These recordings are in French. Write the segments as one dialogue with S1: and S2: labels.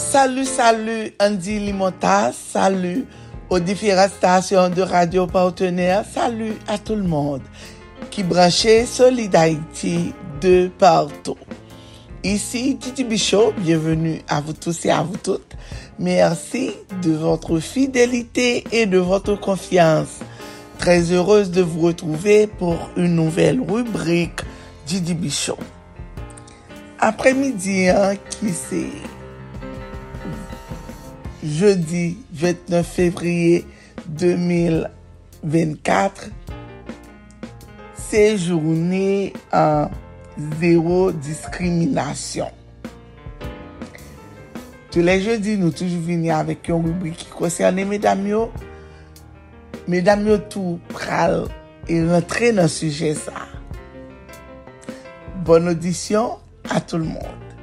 S1: Salut Andy Limontas, salut aux différentes stations de radio partenaires, salut à tout le monde qui branchait Solid Haïti de partout. Ici Titi Bichot, bienvenue à vous tous et à vous toutes. Merci de votre fidélité et de votre confiance. Très heureuse de vous retrouver pour une nouvelle rubrique Titi Bichot. Après-midi, qui c'est jeudi 29 février 2024, c'est journée en zéro discrimination. Tous les jeudis, nous toujours venir avec une rubrique qui concerne mesdames tout pral et rentrer dans le sujet ça. Bonne audition à tout le monde.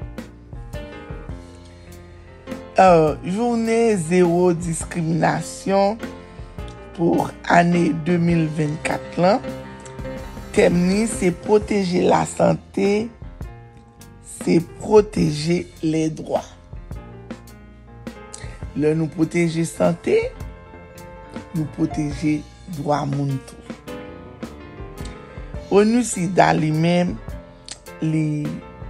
S1: Journée zéro discrimination pour année 2024 là. Thème c'est protéger la santé, c'est protéger les droits. Le nous protéger santé, nous protéger droit moun tout. ONU SIDA lui-même li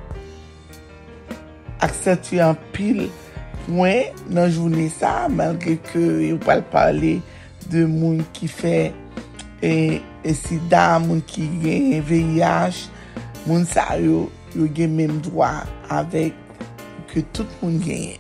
S1: accentue en pile point dans journée ça, malgré que il pas parler de moun qui fait et sida, moun qui gen VIH, moun sa yo gen même droit avec que tout moun gagne.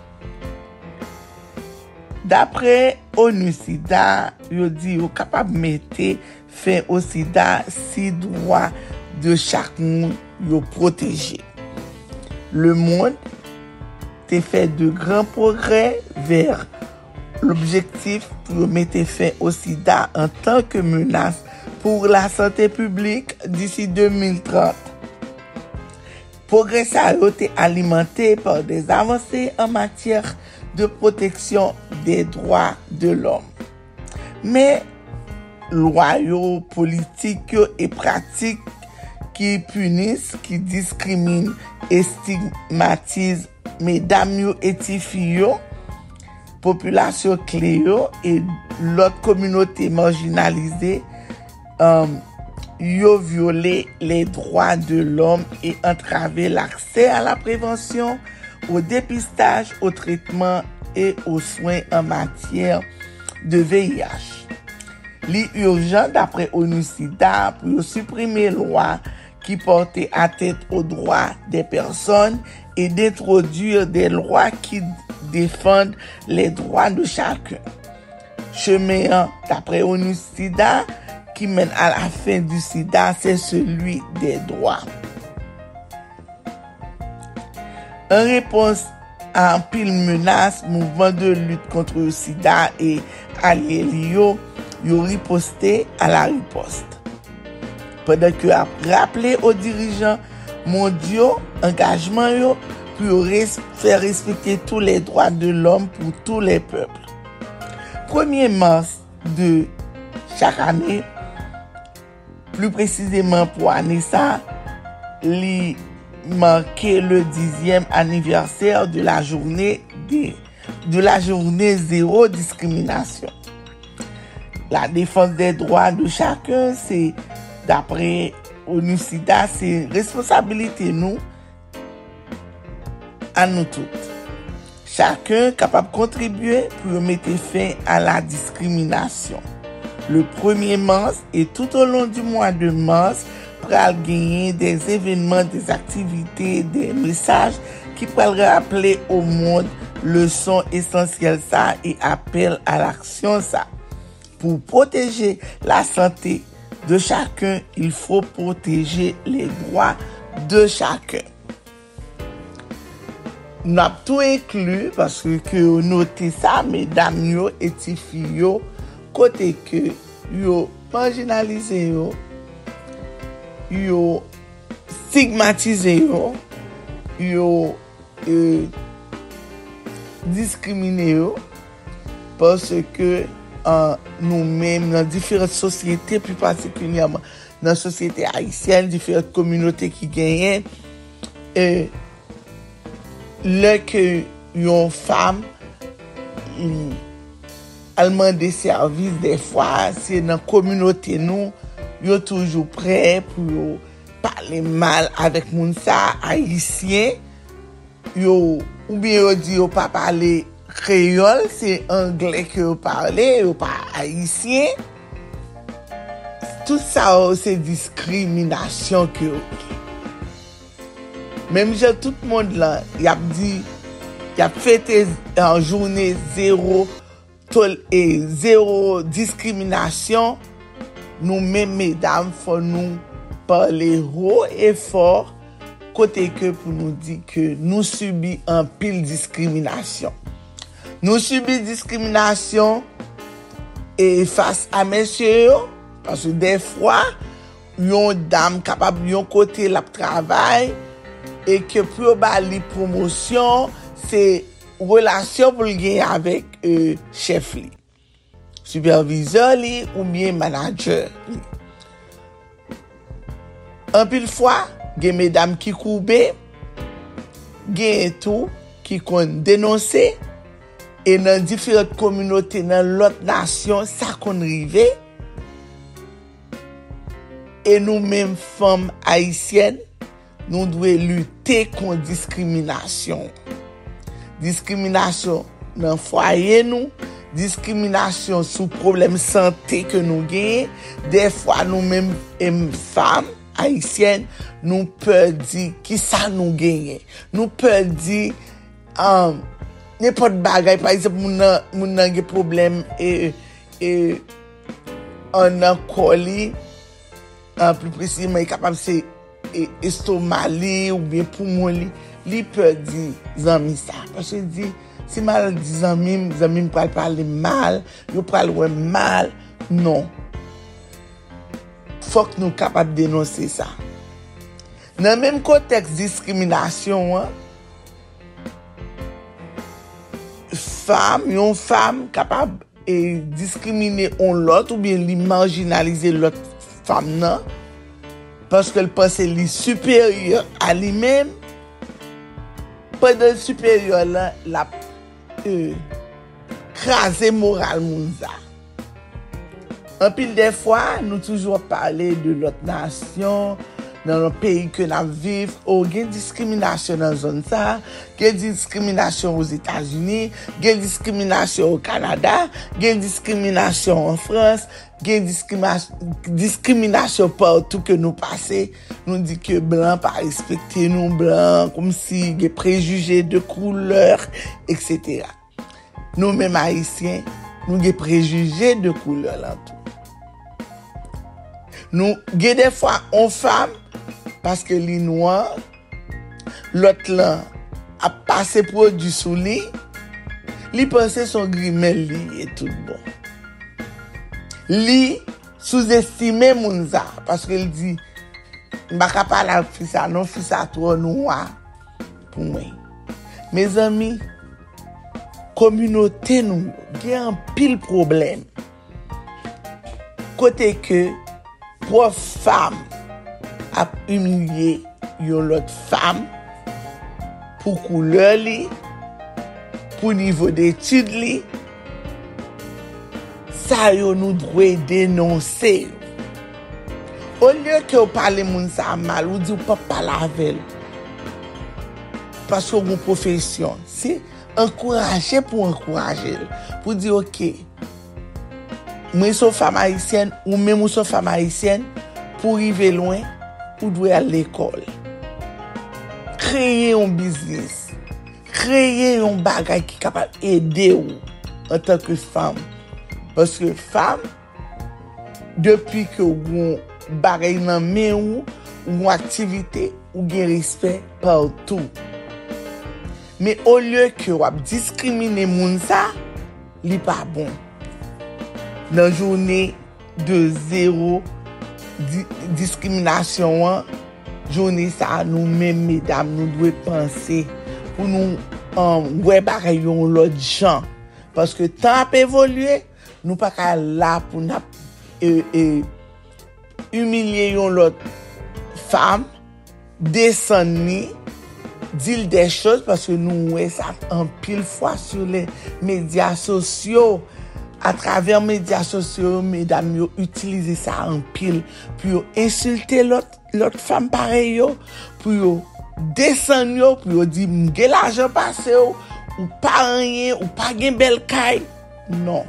S1: D'après ONU SIDA, yo dit yo capable mettre fin au sida si droit de chaque moun yo protégé. Le monde a fait de grands progrès vers l'objectif pour mettre fin au sida en tant que menace pour la santé publique d'ici 2030. Progrès ça a été alimenté par des avancées en matière de protection des droits de l'homme. Mais lois, politiques et pratiques qui punissent, qui discriminent et stigmatisent mesdames et filles, population clé et l'autre communauté marginalisée, yo violé les droits de l'homme et entravé l'accès à la prévention, au dépistage, au traitement et aux soins en matière de VIH. L'urgent d'après ONU SIDA pour supprimer loi qui portait atteinte aux droits des personnes et d'introduire des lois qui défendent les droits de chacun. Chemin d'après ONU SIDA qui mène à la fin du sida, c'est celui des droits. En réponse à un pile menace, mouvement de lutte contre le sida et alliés yo riposté à la riposte. Pendant que a rappelé aux dirigeants mondiaux engagement yo pour faire respecter tous les droits de l'homme pour tous les peuples. 1er mars de chaque année, plus précisément pour année ça, li marqué le 10e anniversaire de la journée zéro discrimination. La défense des droits de chacun, c'est d'après ONU SIDA, c'est responsabilité nous à nous toutes. Chacun capable de contribuer pour mettre fin à la discrimination. Le 1er mars et tout au long du mois de mars, pral gagner des événements, des activités, des messages qui pral rappeler au monde leçon essentielle ça et appel à l'action ça. Pour protéger la santé de chacun, il faut protéger les droits de chacun. Nous avons tout inclus parce que notez ça, mesdames yo et filles yo, côté que yo marginalisé yo stigmatisé yo discriminé parce que nous-mêmes dans différentes sociétés, plus particulièrement dans la société haïtienne, différentes communautés qui gagnent le que yon femme elle des services des fois c'est dans communauté nous yo toujours prêt pour parler mal avec moun sa haïtien yo ou bien yo dit yo pas parler créole c'est anglais que yo parler yo pas haïtien tout ça c'est discrimination que même tout le monde là y a dit y a fêté en journée zéro discrimination nous mêmes mesdames faut nous parler haut et fort côté que pour nous dire que nous subissons un pile discrimination. Nous subissons discrimination et face à messieurs parce que des fois yon dame capable yon côté la travail et que pour bali promotion c'est relation pour gagner avec chef li superviseur li ou bien manager li. Un pile fois gen mesdames qui coube gen tout qui kon dénoncer et dans différentes communautés dans l'autre nation ça kon rive et nous mêmes femmes haïtiennes nous devons lutter contre discrimination dans foyer nous discrimination sous problème santé que nous gagnons des fois nous mêmes femmes haïtiennes nous peut dire qui ça nous gagne nous peut dire n'importe bagaille par exemple mon nan problème et on a collé plus précisément capable c'est estomac ou bien poumon li peut dire zami ça parce que dit si mal dit zami pral parler mal yo pral ouais mal non faut que nous capable dénoncer ça dans le même contexte discrimination yon femme capable et discriminer on l'autre ou bien li marginaliser l'autre femme non parce qu'elle pense li supérieur à lui-même pendant supérieur là la craser moral mounza. En pile des fois nous toujours parler de l'autre nation dans le pays que nous vivons, il y a discrimination dans la zone ça, il y a discrimination aux États-Unis, il y a discrimination au Canada, il y a discrimination en France, il y a discrimination partout que nous passons. Nous dit que blanc pas respecter nous blancs, comme si il y a préjugés de couleur, etc. Nous mêmes haïtiens, nous avons préjugés de couleur là tout. Nous avons des fois on femme parce que les noirs l'autre là a passé produit sous lui li pensait son grimel li et tout bon li sous-estimer mounza parce que il dit m'pa parler fils ça non fils ça trop noir pour moi mes amis communauté nous gen un pile problème côté que pour femme a humilié yon l'autre femme pour couleur li pour niveau d'études li ça yo nous doit dénoncer au lieu que vous parlez moun ça mal ou dit ou pas parler avec parce que mon profession c'est encourager pour dire OK moi suis femme haïtienne ou même ou femme haïtienne pour arriver loin ou doit aller à l'école créer un business créer un bagage qui est capable d'aider ou en tant que femme parce que femme depuis que vous bagage nan main ou activité ou gen respect partout mais au lieu que vous discriminer moun ça li pas bon dans journée de zéro discrimination journée ça nous même mesdames nous devons penser pour nous ouais bagay yon l'autre gens parce que temps a évolué nous pas là pour humilier yon l'autre femme descendre dire des choses parce que nous ouais ça en pile fois sur les médias sociaux. À travers les médias sociaux, mesdames, yo utiliser ça en pile pour insulter l'autre femme pareil pour descendre pour dire m'gè l'argent passé ou pas rien ou pas gen belle caille. Non.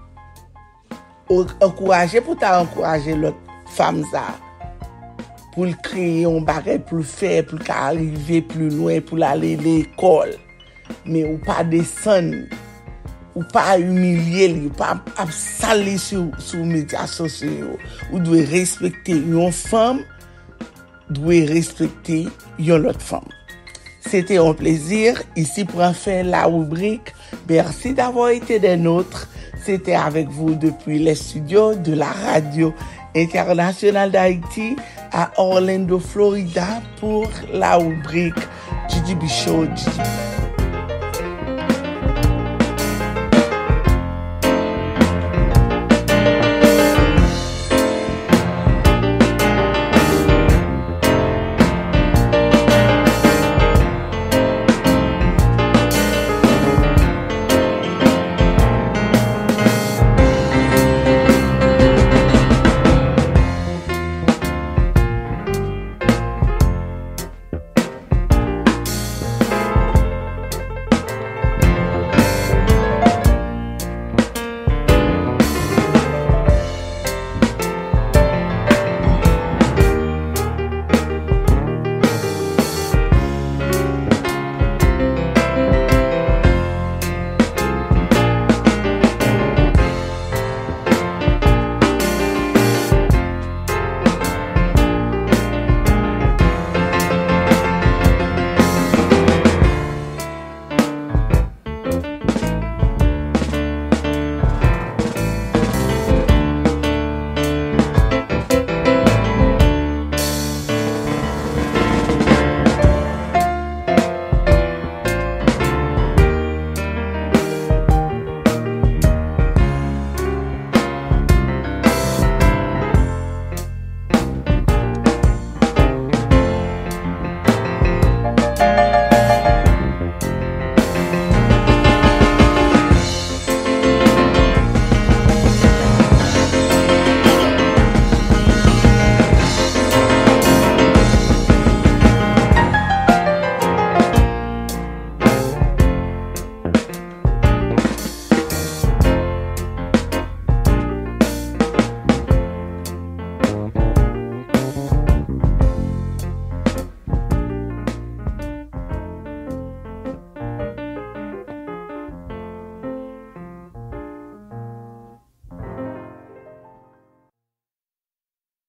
S1: Encourager pour t'encourager l'autre femme ça. Pour le créer un bagage pour le faire pour arriver plus loin pour aller à l'école. Mais ou pas descendre ou pas humilier, ou pas saler sur les médias sociaux. Ou doit respecter une femme, doit respecter une autre femme. C'était un plaisir. Ici pour en faire la rubrique. Merci d'avoir été des nôtres. C'était avec vous depuis les studios de la radio internationale d'Haïti à Orlando, Florida pour la rubrique GGB Show.